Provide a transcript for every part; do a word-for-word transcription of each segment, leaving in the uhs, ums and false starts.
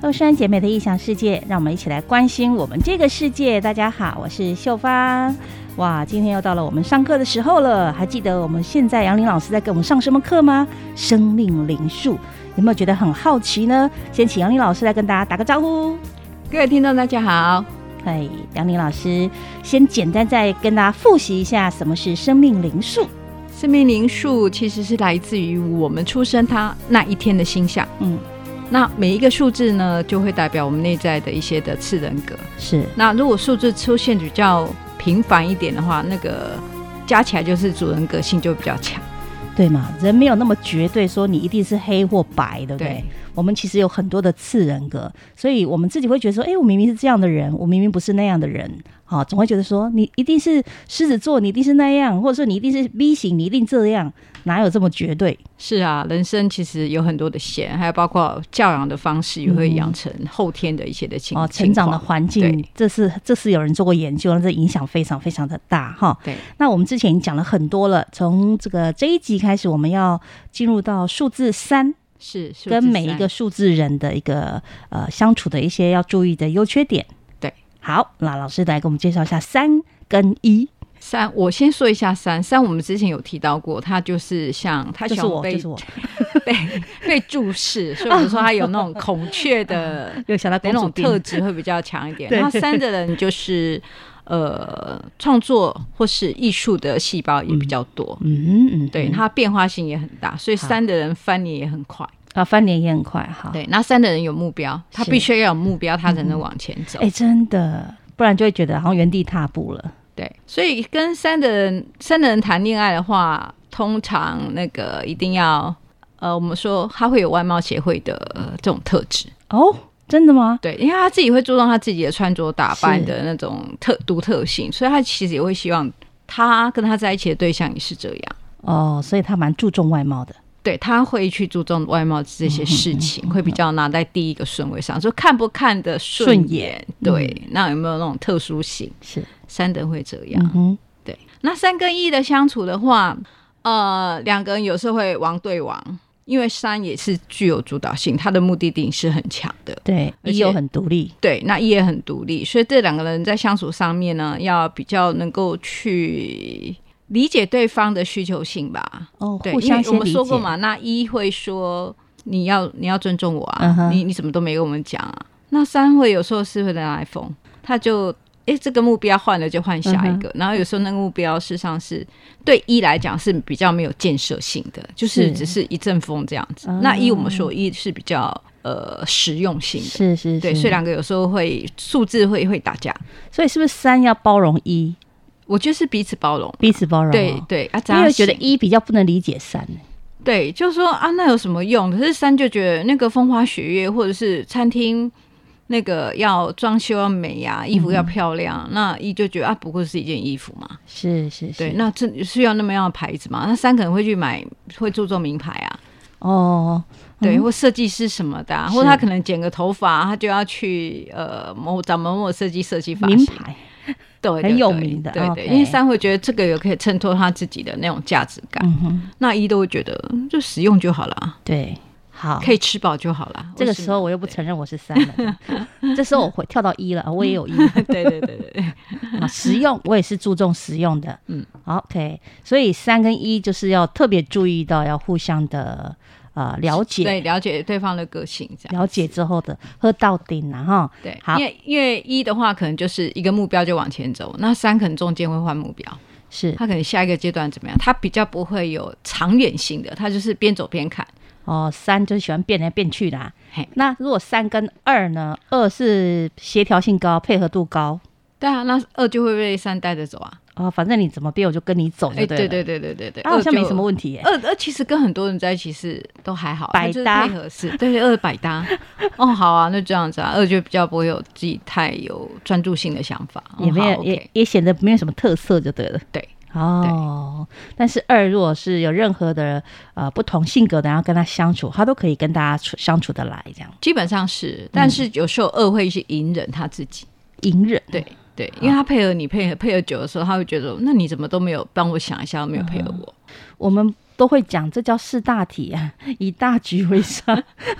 收山姐妹的异想世界，让我们一起来关心我们这个世界。大家好，我是秀芳。哇，今天又到了我们上课的时候了，还记得我们现在杨林老师在给我们上什么课吗？生命灵数，有没有觉得很好奇呢？先请杨林老师来跟大家打个招呼。 各位听众大家好。 哎，杨林老师先简单再跟大家复习一下什么是生命灵数。 生命灵数其实是来自于我们出生它那一天的星象，嗯，那每一个数字呢就会代表我们内在的一些的次人格。 是， 那如果数字出现比较频繁一点的话，那个加起来就是主人格性就比较强， 对嘛？人没有那么绝对说你一定是黑或白，对不对？ 对， 我们其实有很多的次人格，所以我们自己会觉得说，哎，我明明是这样的人，我明明不是那样的人，好，总会觉得说你一定是狮子座，你一定是那样，或者说你一定是 B 型，你一定这样，哪有这么绝对？ 是啊，人生其实有很多的线，还有包括教养的方式也会养成后天的一些的情况、嗯哦、 成长的环境，这是这是有人做过研究，这影响非常非常的大哈。 对， 那我们之前已经讲了很多了，从这个这一集开始，我们要进入到数字三。 是跟每一个数字人的一个呃相处的一些要注意的优缺点。 对， 好，那老师来给我们介绍一下三跟一。 三，我先说一下三。三我们之前有提到过，它就是像它喜欢被、 就是我被被注视，所以我们说它有那种孔雀的又想到那种特质会比较强一点。那三的人就是呃创作或是艺术的细胞也比较多，嗯嗯，对，它变化性也很大，所以三的人翻脸也很快。 啊，翻脸也很快哈。 对，那三的人有目标，他必须要有目标，他才能往前走。 哎、嗯欸，真的，不然就会觉得好像原地踏步了。 对，所以跟三的人三的人谈恋爱的话，通常那个一定要呃，我们说他会有外貌协会的、呃、这种特质。 哦，真的吗？ 对，因为他自己会注重他自己的穿着打扮的那种特独特性，所以他其实也会希望他跟他在一起的对象也是这样。 哦，所以他蛮注重外貌的。 对，他会去注重外貌这些事情，嗯、会比较拿在第一个顺位上，说看不看得顺眼，对、嗯，那有没有那种特殊性？是三的人会这样、嗯，对。那三跟一的相处的话，呃，两个人有时候会王对王，因为三也是具有主导性，他的目的性是很强的， 对，一又很独立， 对，那一也很独立，所以这两个人在相处上面呢，要比较能够去理解对方的需求性吧。 哦， 对， 互相先理解。 因为我们说过嘛，那一会说你要你要尊重我啊，嗯、你你怎么都没跟我们讲啊。那三会有时候是会拿来疯，他就哎这个目标换了就换下一个、嗯，然后有时候那个目标事实上是对一来讲是比较没有建设性的，就是只是一阵风这样子。嗯、那一我们说一是比较呃实用性的， 是 是, 是， 对，所以两个有时候会数字会会打架。 所以是不是三要包容一？ 我觉得是彼此包容， 彼此包容、哦。 对对啊， 因为觉得一比较不能理解三。 对，就是说啊，那有什么用？可是三就觉得那个风花雪月，或者是餐厅那个要装修要美啊，衣服要漂亮，嗯、那一就觉得啊，不过是一件衣服嘛。 是是是。 对，那这需要那么样的牌子嘛？那三可能会去买，会注重名牌啊。 哦。 对，或设计师什么的、啊，或者他可能剪个头发，他就要去呃某找某某设计设计发型。 名牌。 对, 对, 对，很有名的， 对对, 对， okay. 因为三会觉得这个有可以衬托他自己的那种价值感、嗯，那一都会觉得就实用就好了， 对，好， 可以吃饱就好了。 这个时候我又不承认我是三了，这时候我会跳到一了，我也有一， 对对对对对， 啊，实用我也是注重实用的，嗯 ，OK， 所以三跟一就是要特别注意到要互相的。呃，了解， 对，了解对方的个性，这样了解之后的喝到顶啊哈。 对，好，因为因为一的话，可能就是一个目标就往前走，那三可能中间会换目标，是他可能下一个阶段怎么样，他比较不会有长远性的，他就是边走边看。 哦，三就是喜欢变来变去啦。那如果三跟二呢？二是协调性高，配合度高。 对啊，那二就会被三带着走啊。 哦，反正你怎么变我就跟你走就对了、欸、 对对对对对对， 啊、好像没什么问题耶。 二二其实跟很多人在一起是都还好， 百搭， 配合是，对对，二百搭。哦，好啊，那这样子啊，二就比较不会有自己太有专注性的想法， 也没有、哦、也也显得没有什么特色就对了。 对。 哦，但是二如果是有任何的呃不同性格的，然后跟他相处，他都可以跟大家相处得来，这样基本上是。但是有时候二会去隐忍他自己， 隐忍， 对对，因为他配合你配合配合久的时候，他会觉得那你怎么都没有帮我想一下，没有配合我。 嗯、我们都会讲这叫识大体啊，以大局为上。 可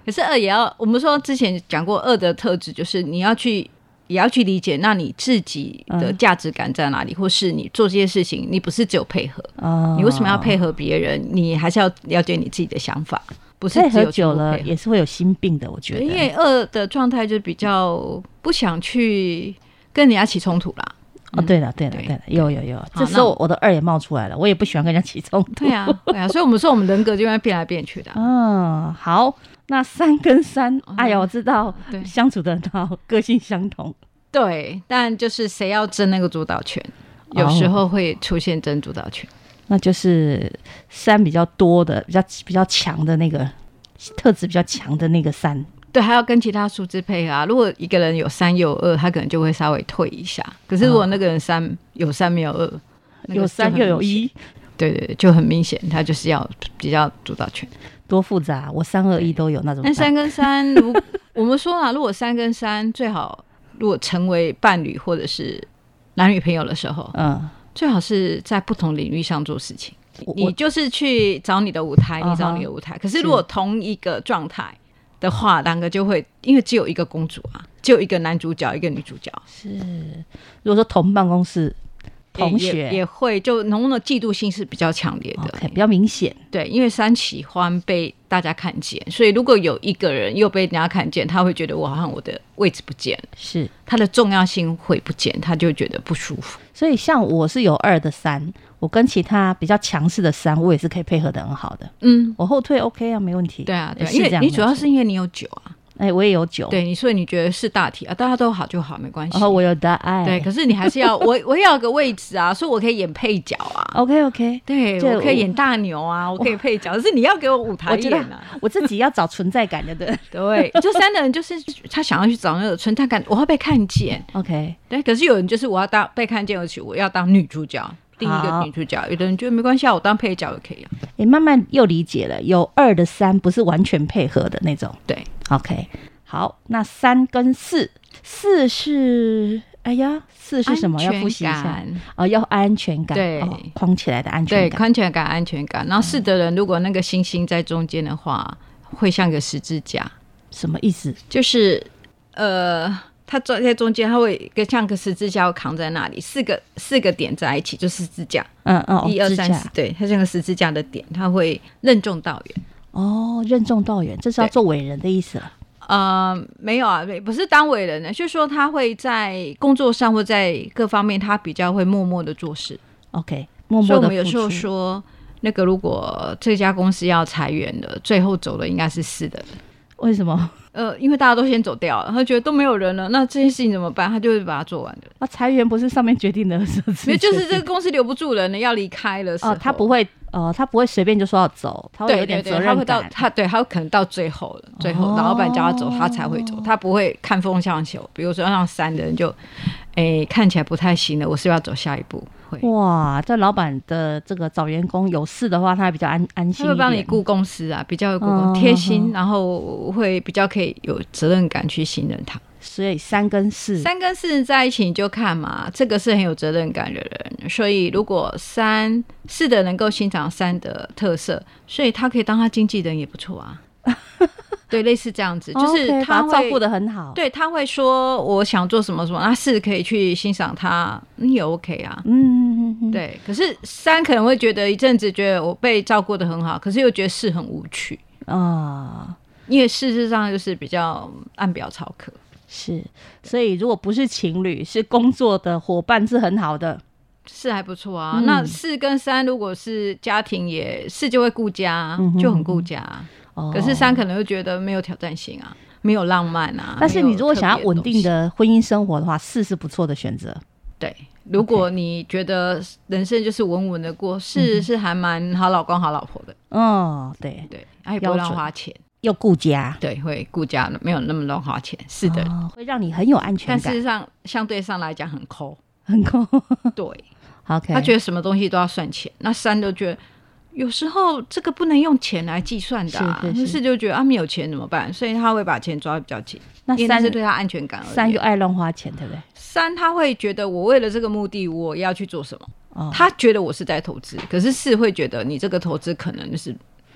可是二也要，我们说之前讲过，二的特质就是你要去也要去理解，那你自己的价值感在哪里，嗯、或是你做这些事情，你不是只有配合，哦、你为什么要配合别人？你还是要了解你自己的想法，不是只有配合久了也是会有心病的。我觉得， 因为二的状态就比较不想去跟人家起冲突啦。 哦，对了，对了，对了，有有有，这时候我的二也冒出来了，我也不喜欢跟人家起冲突。 对啊，对啊，所以我们说我们人格就应该变来变去的、啊。 嗯，好，那三跟三，嗯、哎呀，我知道，相处的很好，个性相同。 对，但就是谁要争那个主导权，有时候会出现争主导权。哦、 那就是三比较多的、比较比较强的那个特质比较强的那个三。 对，还要跟其他数字配合啊。如果一个人有三又有二，他可能就会稍微退一下。可是如果那个人三有三没有二，那个、 有三又有一， 对对对，就很明显，他就是要比较主导权。 多复杂，我三二一都有那种。 那三跟三，如我们说啊，如果三跟三最好，如果成为伴侣或者是男女朋友的时候，嗯，最好是在不同领域上做事情。你就是去找你的舞台，你找你的舞台。可是如果同一个状态的话，两个就会因为只有一个公主啊，只有一个男主角，一个女主角。 是，如果说同办公室同学也, 也会就浓浓的嫉妒心是比较强烈的， okay, 比较明显。 对，因为三喜欢被大家看见，所以如果有一个人又被人家看见，他会觉得我好像我的位置不见了， 是他的重要性会不见，他就觉得不舒服。 所以像我是有二的三，我跟其他比较强势的三，我也是可以配合的很好的。嗯，我后退 OK 啊，没问题。 对啊，对啊，因为你主要是因为你有九啊。 哎、欸，我也有九， 对你，所以你觉得是大体啊，大家都好就好，没关系。 然后我有大爱， 对，可是你还是要我，我也要有个位置啊，所以我可以演配角啊。 OK OK， 对，我可以演大牛啊，我可以配角，可是你要给我舞台演啊， 我, 我自己要找存在感的，对对。就三的人就是他想要去找那个存在感，我要被看见。 OK， 对，可是有人就是我要当被看见，而且我要当女主角。第一个女主角，有的人觉得没关系啊，我当配角也可以啊。 哎、欸，慢慢又理解了，有二的三不是完全配合的那种。 对 ，OK。好，那三跟四，四是哎呀，四是什么？要复习一下哦，要安全感， 对， 哦、框起来的安全感， 对，框起来感、安全感。然后四的人，如果那个星星在中间的话，会像个十字架， 什么意思？ 就是呃，它在中间，它会跟像个十字架扛在那里，四个四个点在一起，就十字架。嗯嗯，一二三四，对，它像个十字架的点，它会任重道远。 哦，任重道远，这是要做伟人的意思了。 呃，没有啊，不是当伟人的，就是说他会在工作上或在各方面，他比较会默默的做事。 OK， 默默的付出。所以我们有时候说，那个如果这家公司要裁员的，最后走的应该是四的人。 为什么？ 呃，因为大家都先走掉了，他觉得都没有人了，那这件事情怎么办？他就会把它做完的。 啊，裁员不是上面决定的事情， 就是这个公司留不住人了，要离开了。 哦，他不会，呃，他不会随便就说要走，他会有点责任感。 对对对，他会到他对，他可能到最后了，最后、哦、老板叫他走，他才会走，他不会看风向球。比如说让三的人就，哎，看起来不太行了，我是不是要走下一步？ 哇，这老板的这个找员工有事的话，他还比较安安心一点， 他会帮你顾公司啊，比较顾公贴、哦、心、哦，然后会比较可以有责任感去信任他。 所以三跟四， 三跟四在一起你就看嘛，这个是很有责任感的人，所以如果三四的能够欣赏三的特色，所以他可以当他经纪人也不错啊。对，类似这样子，就是他会、 okay, 照顾得很好。 对，他会说我想做什么什么，那四可以去欣赏他，嗯，也 OK 啊。嗯，对。可是三可能会觉得一阵子觉得我被照顾得很好，可是又觉得四很无趣啊，因为事实上就是比较按表操课。 是，所以如果不是情侣，是工作的伙伴是很好的。 四还不错啊、嗯，那四跟三如果是家庭也，四就会顾家，嗯、就很顾家。哦、可是三可能会觉得没有挑战性啊，没有浪漫啊。 但是你如果想要稳定的婚姻生活的话，四是不错的选择。 对，如果你觉得人生就是稳稳的过，四、嗯、是还蛮好老公好老婆的。哦，对对，而且不会乱花钱， 又顾家， 对，会顾家，没有那么乱花钱。是的、哦， 会让你很有安全感。 但事实上，相对上来讲很抠， 很抠。 对 ，OK， 他觉得什么东西都要算钱，那三都觉得。有时候这个不能用钱来计算的、啊，是是是，就觉得啊没有钱怎么办？所以他会把钱抓得比较紧。那三是对他安全感而言， 三又爱乱花钱，对不对？ 三他会觉得我为了这个目的我要去做什么，哦、他觉得我是在投资，可是四会觉得你这个投资可能是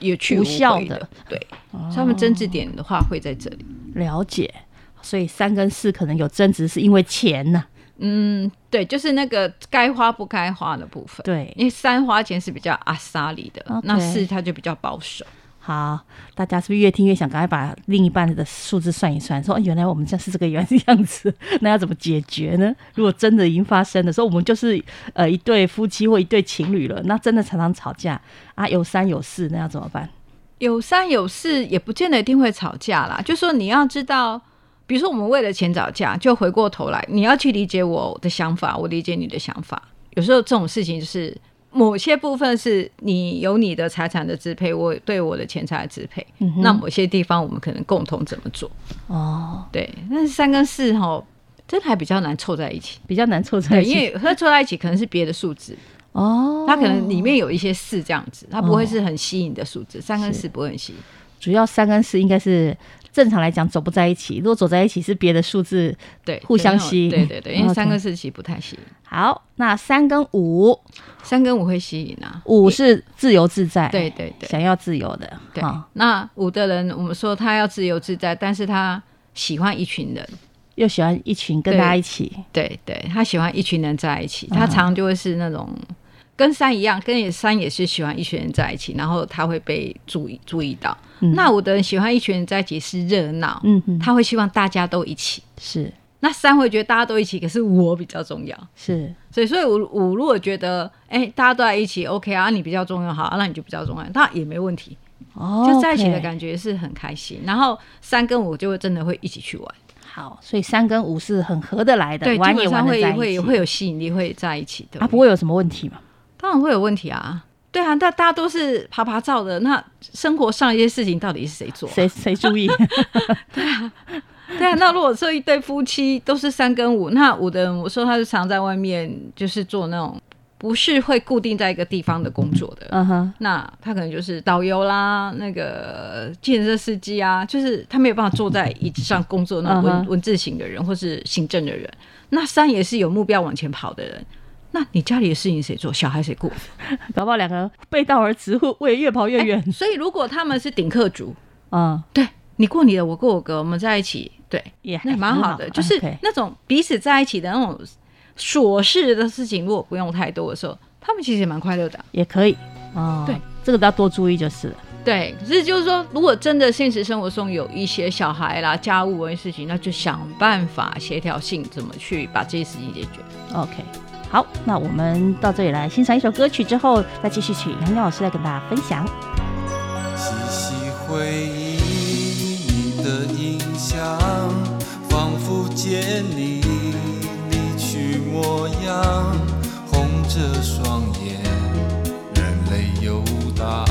也去无效的， 对，哦、他们争执点的话会在这里。 了解，所以三跟四可能有争执是因为钱呢、啊。 嗯，对，就是那个该花不该花的部分。对，因为三花钱是比较阿莎里的， okay. 那四它就比较保守。 好，大家是不是越听越想赶快把另一半的数字算一算，说、哦、原来我们这是这个样子，那要怎么解决呢？如果真的已经发生的时候，我们就是呃一对夫妻或一对情侣了，那真的常常吵架啊，有三有四，那要怎么办？ 有三有四也不见得一定会吵架啦，就说你要知道，比如说我们为了钱吵架，就回过头来你要去理解我的想法，我理解你的想法。有时候这种事情就是某些部分是你有你的财产的支配，我对我的钱财的支配、嗯、那某些地方我们可能共同怎么做哦，对。但是三跟四齁真的还比较难凑在一起， 比较难凑在一起， 因为它凑在一起可能是别的数字哦，它可能里面有一些四这样子，它不会是很吸引的数字、哦、三跟四不会很吸引。 主要三跟四应该是正常来讲走不在一起，如果走在一起是别的数字， 对， 互相吸引。 对对对，因为三跟四其实不太吸引。 好，那三跟五， 三跟五会吸引啊。 五是自由自在， 对对对， 想要自由的。 对，哦、那五的人，我们说他要自由自在，但是他喜欢一群人， 又喜欢一群跟他一起。 对 对, 对，他喜欢一群人在一起，他常常就会是那种。跟三一样，跟三也是喜欢一群人在一起，然后他会被注意注意到、嗯、那五的人喜欢一群人在一起是热闹、嗯、他会希望大家都一起，是。那三会觉得大家都一起，可是我比较重要，是。所以所以五五如果觉得哎、欸、大家都在一起 OK 啊，你比较重要，好、啊、那你就比较重要，那也没问题、哦、就在一起的感觉是很开心、okay、然后三跟五就会真的会一起去玩。 好，所以三跟五是很合得来的， 对， 玩也玩得在一起， 会会有吸引力，会在一起的啊，不会有什么问题吗？ 当然会有问题啊，对啊，大大家都是爬爬照的，那生活上一些事情到底是谁做、啊？谁谁注意？对啊，对啊。那如果说一对夫妻都是三跟五，那五的人我说他是常在外面，就是做那种不是会固定在一个地方的工作的，嗯哼，那他可能就是导游啦，那个计程车司机啊，就是他没有办法坐在椅子上工作那种 文,、uh-huh. 文字型的人或是行政的人。那三也是有目标往前跑的人。那你家里的事情谁做？小孩谁顾？ 搞不好两个人背道而驰，会越跑越远、欸。 所以如果他们是顶客族，嗯，对，你过你的，我过我的，我们在一起，对，也那蛮好的，就是那种彼此在一起的那种琐事的事情，如果不用太多的时候，他们其实也蛮快乐的、啊， 也可以哦。对，这个都要多注意就是了。 对，可是就是说，如果真的现实生活中有一些小孩啦、家务这些事情，那就想办法协调性怎么去把这些事情解决。 OK。好，那我们到这里来欣赏一首歌曲之后，再继续请杨洋老师来跟大家分享。 细细回忆你的印象，仿佛见你离去模样，红着双眼，任泪游荡。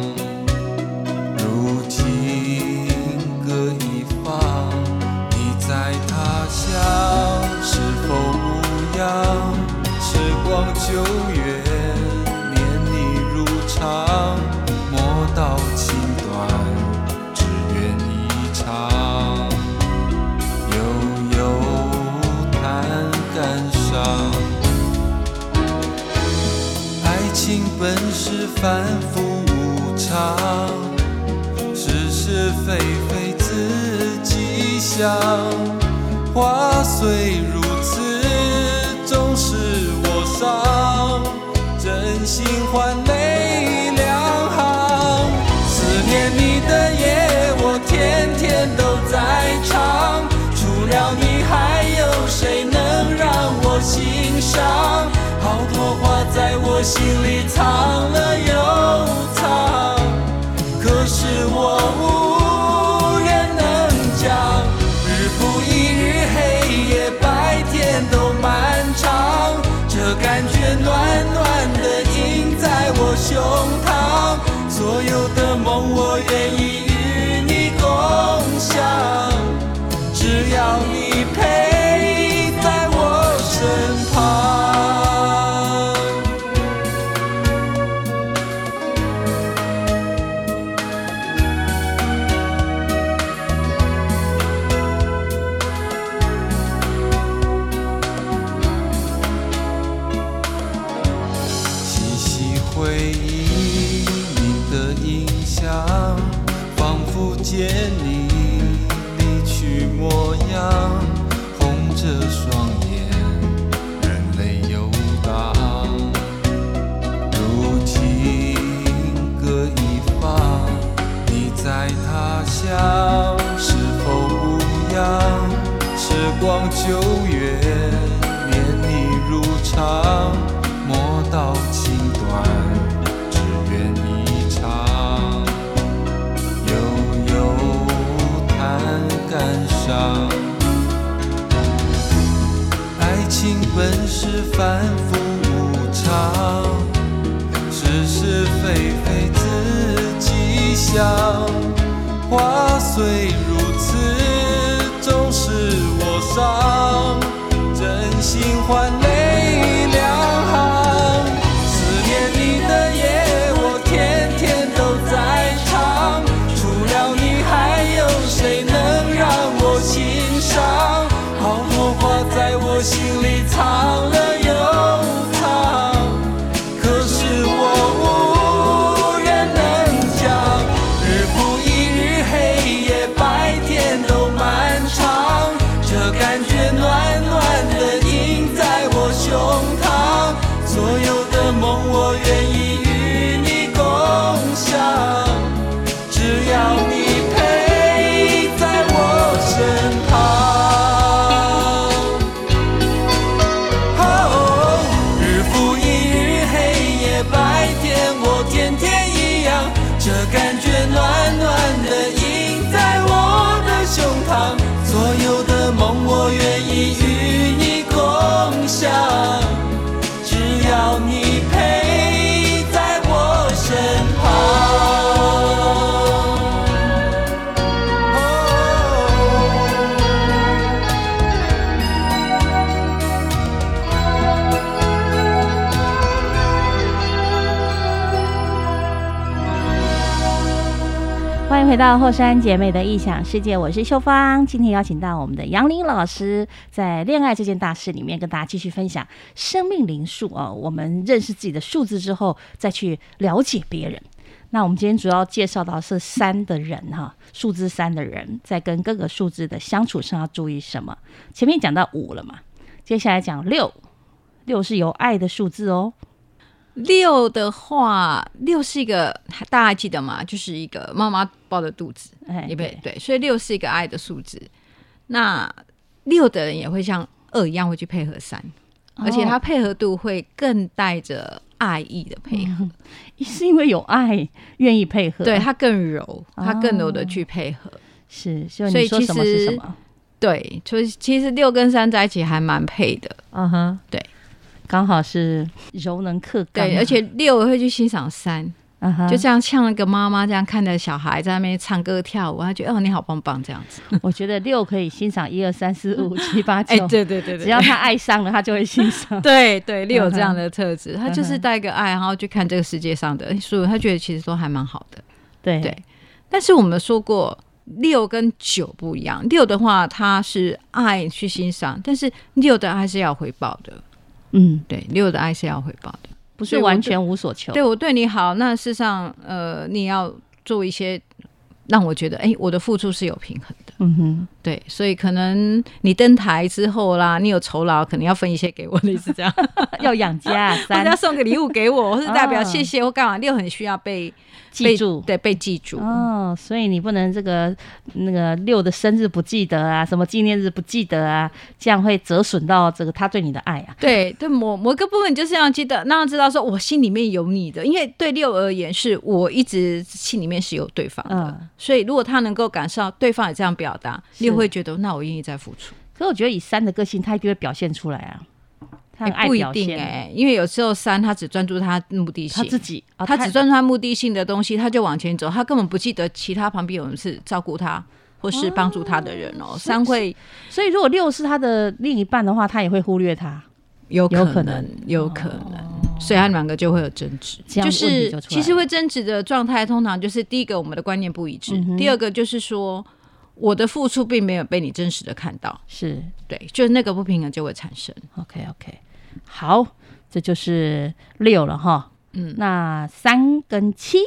如今各一方，你在他乡是否无恙？时光久远，绵密如常，莫道情短，只愿一场，悠悠谈感伤。爱情本是反复无常，是是非非自己想，话虽如此，总是我伤，真心换泪两行。思念你的夜，我天天都在唱，除了你还有谁能让我欣赏？好多话在我心里藏了又藏，可是我无人能讲。日复一日，黑夜白天都漫长，这感觉暖暖的印在我胸膛，所有的梦我愿意与你共享，只要你陪在我身旁。回忆你的印象， 见你离去模样，红着双眼，任泪游荡。如今各一方，你在他乡是否无恙？时光久远，念你如常，莫道情短，只愿一场。悠悠叹感伤，爱情本是反复无常，是是非非自己想。话虽如此，总是我伤，真心换泪两行。思念你的夜，我天天都在唱，除了你还有谁能让我欣赏？好多话在我心里藏了又藏，可是我无人能讲。日复一日，黑夜白天都漫长，这感觉暖暖的印在我胸膛。所有的梦我愿意与你共享，只要你陪在我身旁。日复一日，黑夜白天，我天天一样，这感觉暖暖的印在我的胸膛。所有的梦我愿意与你共享，只要你陪在我身旁。 欢迎回到后山姐妹的异想世界，我是秀芳。今天邀请到我们的杨林老师，在恋爱这件大事里面跟大家继续分享生命灵数啊。我们认识自己的数字之后，再去了解别人。那我们今天主要介绍到是三的人哈，数字三的人在跟各个数字的相处上要注意什么？前面讲到五了嘛，接下来讲六，六是有爱的数字哦。 六的话，六是一个大家还记得吗？就是一个妈妈抱着肚子， 哎， 对对，所以六是一个爱的数字。那六的人也会像二一样会去配合三，哦，而且他配合度会更带着爱意的配合， 嗯，是因为有爱愿意配合， 对他更柔，他更柔的去配合。哦， 是，所以你说什么是什么？ 对，所以其实六跟三在一起还蛮配的。 嗯哼， 对。 刚好是柔能克刚， 对，而且六会去欣赏三， uh-huh. 就这样像那个妈妈这样看着小孩在那边唱歌跳舞，他觉得哦你好棒棒这样子。 我觉得六可以欣赏一二三四五七八九， 哎，对对对对， 只要他爱上了，他就会欣赏。 对对，六有这样的特质，他就是带个爱，然后去看这个世界上的，所以他觉得其实都还蛮好的。 对对，但是我们说过。六跟九不一样，六的话它是爱去欣赏，但是六的爱是要回报的。嗯，对，六的爱是要回报的， 不是完全无所求。 对，我对你好，那事实上，呃，你要做一些让我觉得，哎，我的付出是有平衡的。嗯哼，对，所以可能你登台之后啦，你有酬劳，可能要分一些给我，类似这样， 要养家， 大家送个礼物给我，或是代表谢谢或干嘛。六很需要被记住， 对，被记住。 哦，所以你不能这个那个六的生日不记得啊，什么纪念日不记得啊，这样会折损到这个他对你的爱啊。 对，对，某某个部分就是要记得，让他知道说我心里面有你的，因为对六而言是我一直心里面是有对方的，嗯，所以如果他能够感受到对方也这样表达，六会觉得那我愿意再付出。 可是我觉得以三的个性，他一定会表现出来啊。他很爱表现， 不一定哎，因为有时候三他只专注他目的性， 他自己， 哦，他只专注他目的性的东西，他就往前走，他根本不记得其他旁边有人是照顾他或是帮助他的人哦。哦，三会， 所以如果六是他的另一半的话，他也会忽略他， 有可能，有可能，哦，所以他们两个就会有争执，就, 就是其实会争执的状态，通常就是第一个我们的观念不一致，嗯，第二个就是说我的付出并没有被你真实的看到， 是对，就是那个不平衡就会产生。 OK OK。好，这就是六了哈。嗯，那三跟七，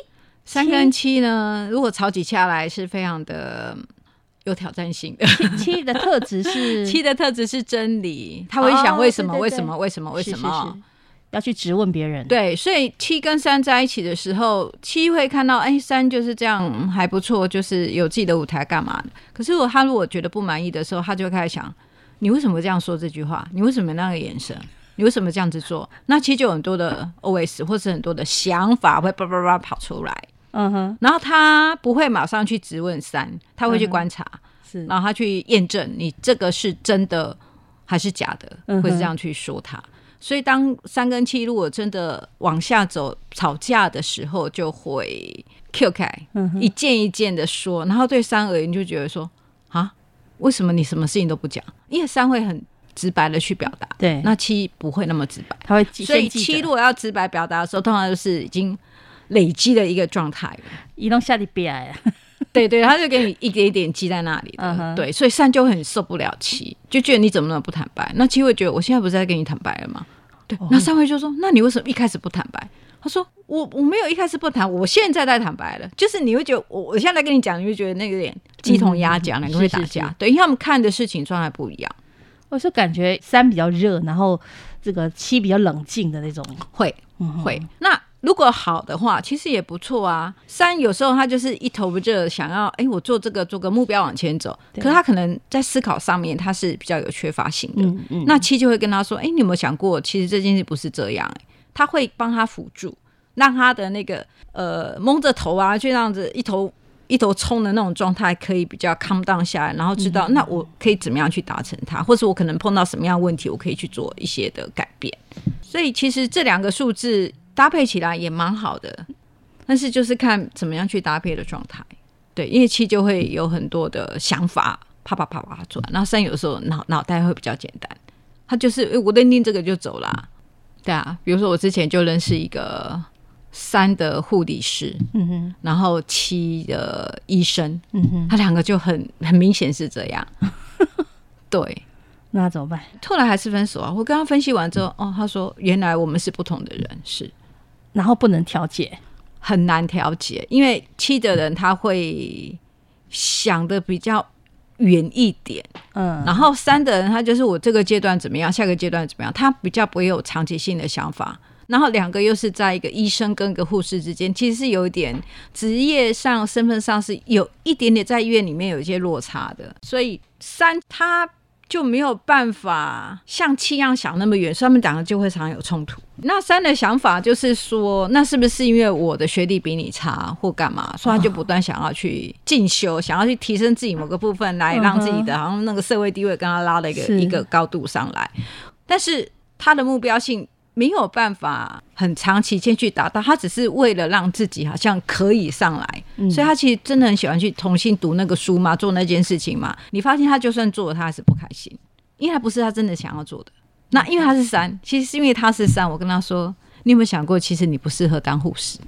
三跟七呢，如果吵起架来是非常的有挑战性的。 七, 七的特质是七的特质是真理，他会想为什么、 哦、对对对为什么为什么为什么， 是是是要去质问别人。 对，所以七跟三在一起的时候，七会看到哎，三就是这样还不错，就是有自己的舞台干嘛的。可是如果他如果觉得不满意的时候，他就会开始想，你为什么这样说这句话？你为什么那个眼神？你为什么这样子做？那其实就有很多的 O S 或是很多的想法会叭叭叭跑出来。 嗯哼， 然后他不会马上去质问三，他会去观察，嗯、 是， 然后他去验证你这个是真的还是假的，嗯、会是这样去说他。所以当三跟七如果真的往下走吵架的时候，就会 Q 开、嗯、一件一件的说，然后对三而言就觉得说啊，为什么你什么事情都不讲？因为三会很直白的去表达， 对， 那七不会那么直白， 他会所以七如果要直白表达的时候，通常就是已经累积的一个状态了， 移动下地边来了。 对对，他就给你一点一点积在那里的、uh-huh. 对，所以三就很受不了七，就觉得你怎么那么不坦白？那七会觉得我现在不是在跟你坦白了吗？对，那三会就说，那你为什么一开始不坦白？他说我我没有一开始不谈，我现在在坦白了。就是你会觉得我我现在跟你讲，你会觉得那个有点鸡同鸭讲，两、嗯、个会打架。是是是，对，因为他们看的事情状态不一样。 我是感觉三比较热，然后这个七比较冷静的那种。 会、嗯、会。那如果好的话，其实也不错啊。三有时候他就是一头热，想要哎，我做这个做个目标往前走，可是他可能在思考上面他是比较有缺乏性的。嗯嗯、那七就会跟他说，哎，你有没有想过，其实这件事不是这样、欸？他会帮他辅助，让他的那个呃蒙着头啊，就这样子一头一头冲的那种状态，可以比较 calm down 下来，然后知道、嗯、那我可以怎么样去达成它，或者我可能碰到什么样的问题，我可以去做一些的改变。所以其实这两个数字搭配起来也蛮好的，但是就是看怎么样去搭配的状态。对，因为七就会有很多的想法，啪啪啪啪转，然后三有时候脑脑袋会比较简单，他就是、欸、我认定这个就走啦。对啊，比如说我之前就认识一个三的护理师，嗯哼，然后七的医生，嗯哼，他两个就很很明显是这样。对， 那怎么办？ 后来还是分手啊。我跟他分析完之后，哦，他说原来我们是不同的人，是， 然后不能调解， 很难调解，因为七的人他会想的比较远一点，嗯，然后三的人他就是我这个阶段怎么样，下个阶段怎么样，他比较不会有长期性的想法。然后两个又是在一个医生跟一个护士之间，其实是有一点职业上身份上是有一点点在医院里面有一些落差的，所以三他就没有办法像七一样想那么远，所以他们两个就会常常有冲突。那三的想法就是说，那是不是因为我的学历比你差或干嘛，所以他就不断想要去进修、哦、想要去提升自己某个部分，来让自己的好像那个社会地位跟他拉了一个一个高度上来。但是他的目标性没有办法很长期间去达到，他只是为了让自己好像可以上来、嗯、所以他其实真的很喜欢去重新读那个书嘛，做那件事情嘛。你发现他就算做了他还是不开心，因为他不是他真的想要做的。那因为他是三，其实是因为他是三，我跟他说你有没有想过其实你不适合当护士。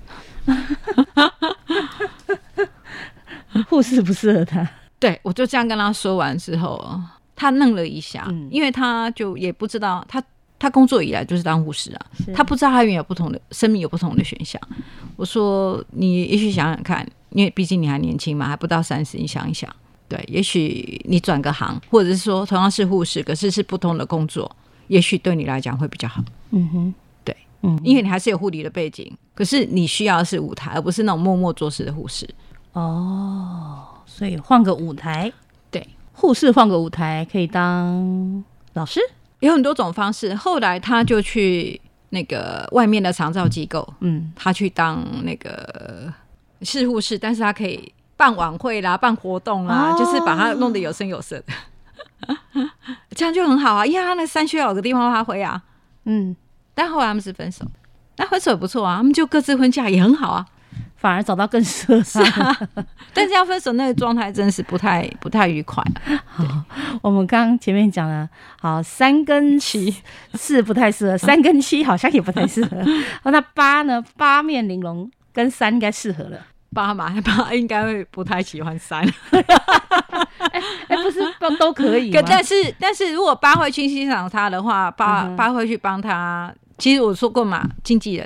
护士不适合他。 对，我就这样跟他说完之后，他愣了一下、嗯、因为他就也不知道，他他工作以来就是当护士啊，他不知道他原有不同的生命有不同的选项。我说你也许想想看，因为毕竟你还年轻嘛，还不到三十，你想一想，对，也许你转个行，或者是说同样是护士，可是是不同的工作，也许对你来讲会比较好。嗯哼，对，嗯，因为你还是有护理的背景，可是你需要的是舞台，而不是那种默默做事的护士。 哦，所以换个舞台， 对， 护士换个舞台可以当老师。 有很多种方式，后来他就去那个外面的长照机构，嗯，他去当那个是护士，但是他可以办晚会啦、办活动啦、哦，就是把他弄得有声有色的，这样就很好啊。因为他那三需要有个地方发挥啊，嗯。但后来他们是分手，但分手也不错啊，他们就各自婚嫁也很好啊。 反而找到更适合他、 啊、但是要分手那个状态真是不太不太愉快、啊、 好，我们刚刚前面讲了，好，三跟七是不太适合，三跟七好像也不太适合。那八呢？八面玲珑跟三应该适合了。 八嘛，八应该会不太喜欢三。 哎、欸欸，不是都可以吗？ 但是但是如果八会去欣赏他的话，八、嗯、八会去帮他。其实我说过嘛，经纪人。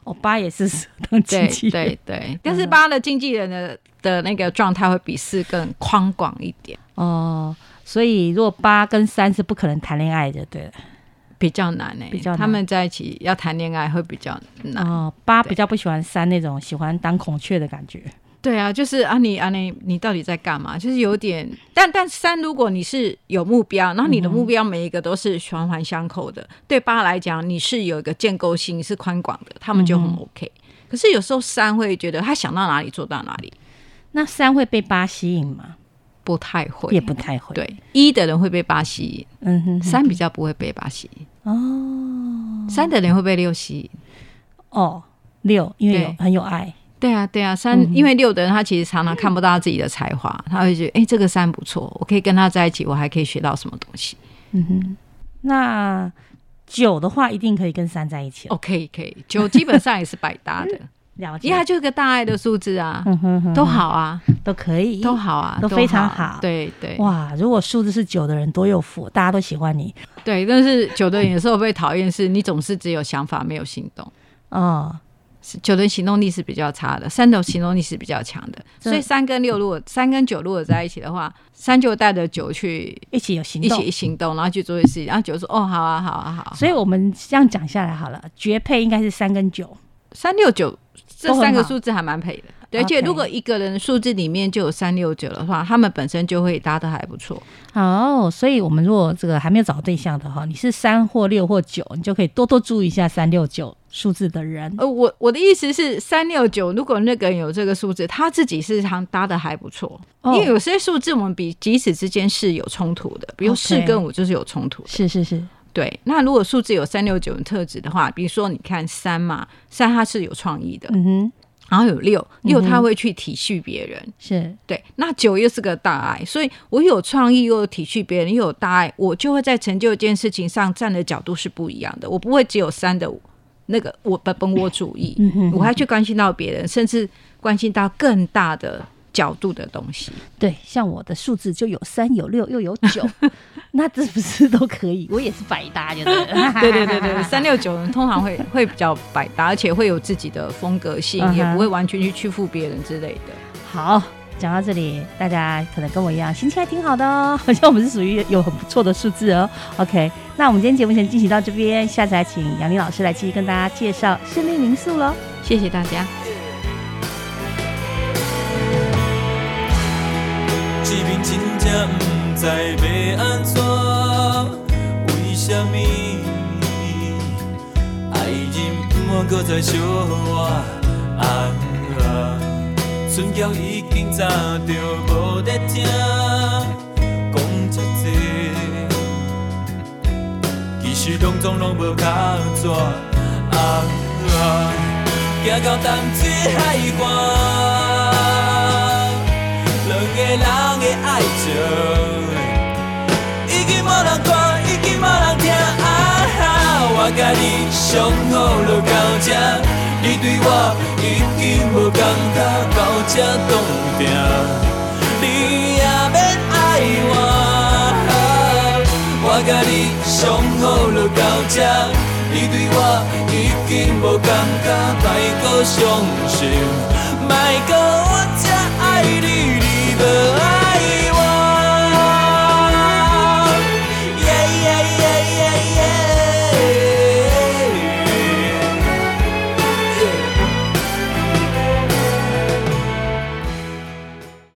哦，八也是当经纪人， 对对对，但是八的经纪人的的那个状态会比四更宽广一点哦，所以如果八跟三是不可能谈恋爱的，对了， 比较难哎、欸， 比较难他们在一起要谈恋爱会比较难哦。八比较不喜欢三那种喜欢当孔雀的感觉。 对啊，就是啊你啊你你到底在干嘛？就是有点，但但三如果你是有目标，然后你的目标每一个都是环环相扣的，嗯、对八来讲你是有一个建构性是宽广的，他们就很 OK、嗯。可是有时候三会觉得他想到哪里做到哪里， 那三会被八吸引吗？ 不太会， 也不太会。 对，一的人会被八吸引，嗯哼哼，三比较不会被八吸引。哦，三的人会被六吸引。 哦，六因为有很有爱。 对啊，对啊，三、嗯、因为六的人他其实常常看不到他自己的才华，他会觉得哎、欸，这个三不错，我可以跟他在一起，我还可以学到什么东西。 嗯哼，那九的话一定可以跟三在一起了。 哦，可以可以，九基本上也是百搭的。 了解， 因为它就是个大爱的数字啊， 嗯哼哼哼， 都好啊， 都可以， 都好啊， 都非常好。 对对， 哇，如果数字是九的人多有福，大家都喜欢你。 对，但是九的人有时候被讨厌，是你总是只有想法没有行动。哦。九的行动力是比较差的，三的行动力是比较强的，所以三跟六如果三跟九如果在一起的话，三就带着九去一起有行动， 一起行动，然后去做一些事情，然后九说哦好啊好啊好啊。 所以我们这样讲下来好了，绝配应该是三跟九， 三六九这三个数字还蛮配的。对，而且如果一个人数字里面就有三六九的话，他们本身就会搭得还不错。 哦，所以我们如果这个还没有找到对象的话，你是三或六或九，你就可以多多注意一下三六九数字的人。 呃，我我的意思是三六九，如果那个人有这个数字，他自己是常搭得还不错。哦，因为有些数字我们比彼此之间是有冲突的，比如四跟五就是有冲突的。 是是是。 对，那如果数字有三六九的特质的话，比如说你看三嘛，三它是有创意的。嗯哼。然后有六，六他会去体恤别人，嗯、 是对。那九又是个大爱，所以我有创意，又有体恤别人，又有大爱，我就会在成就一件事情上站的角度是不一样的。我不会只有三的那个我本本我主义，嗯、哼哼我还去关心到别人，甚至关心到更大的角度的东西。 对，像我的数字就有三有六又有九，那这不是都可以？我也是百搭，就对了。 对对对对，三六九人通常会会比较百搭，而且会有自己的风格性，嗯、也不会完全去屈服别人之类的。 好，讲到这里，大家可能跟我一样心情还挺好的哦，好像我们是属于有很不错的数字哦。OK， 那我们今天节目先进行到这边，下次来请杨林老师来继续跟大家介绍胜利民宿咯。 谢谢大家。 这边真正不知要安怎，为什么爱人不愿搁再相活？啊啊！唇角已经早就无在听，讲遮多，其实拢总拢无靠纸。啊啊！行到淡水海岸。两个人的爱情，已经无人看，已经无人听。啊，我甲你相好就到这，你对我已经无感觉，到这冻定，你也免爱我。我甲你相好就到这，你对我已经无感觉，莫搁伤心，莫搁我。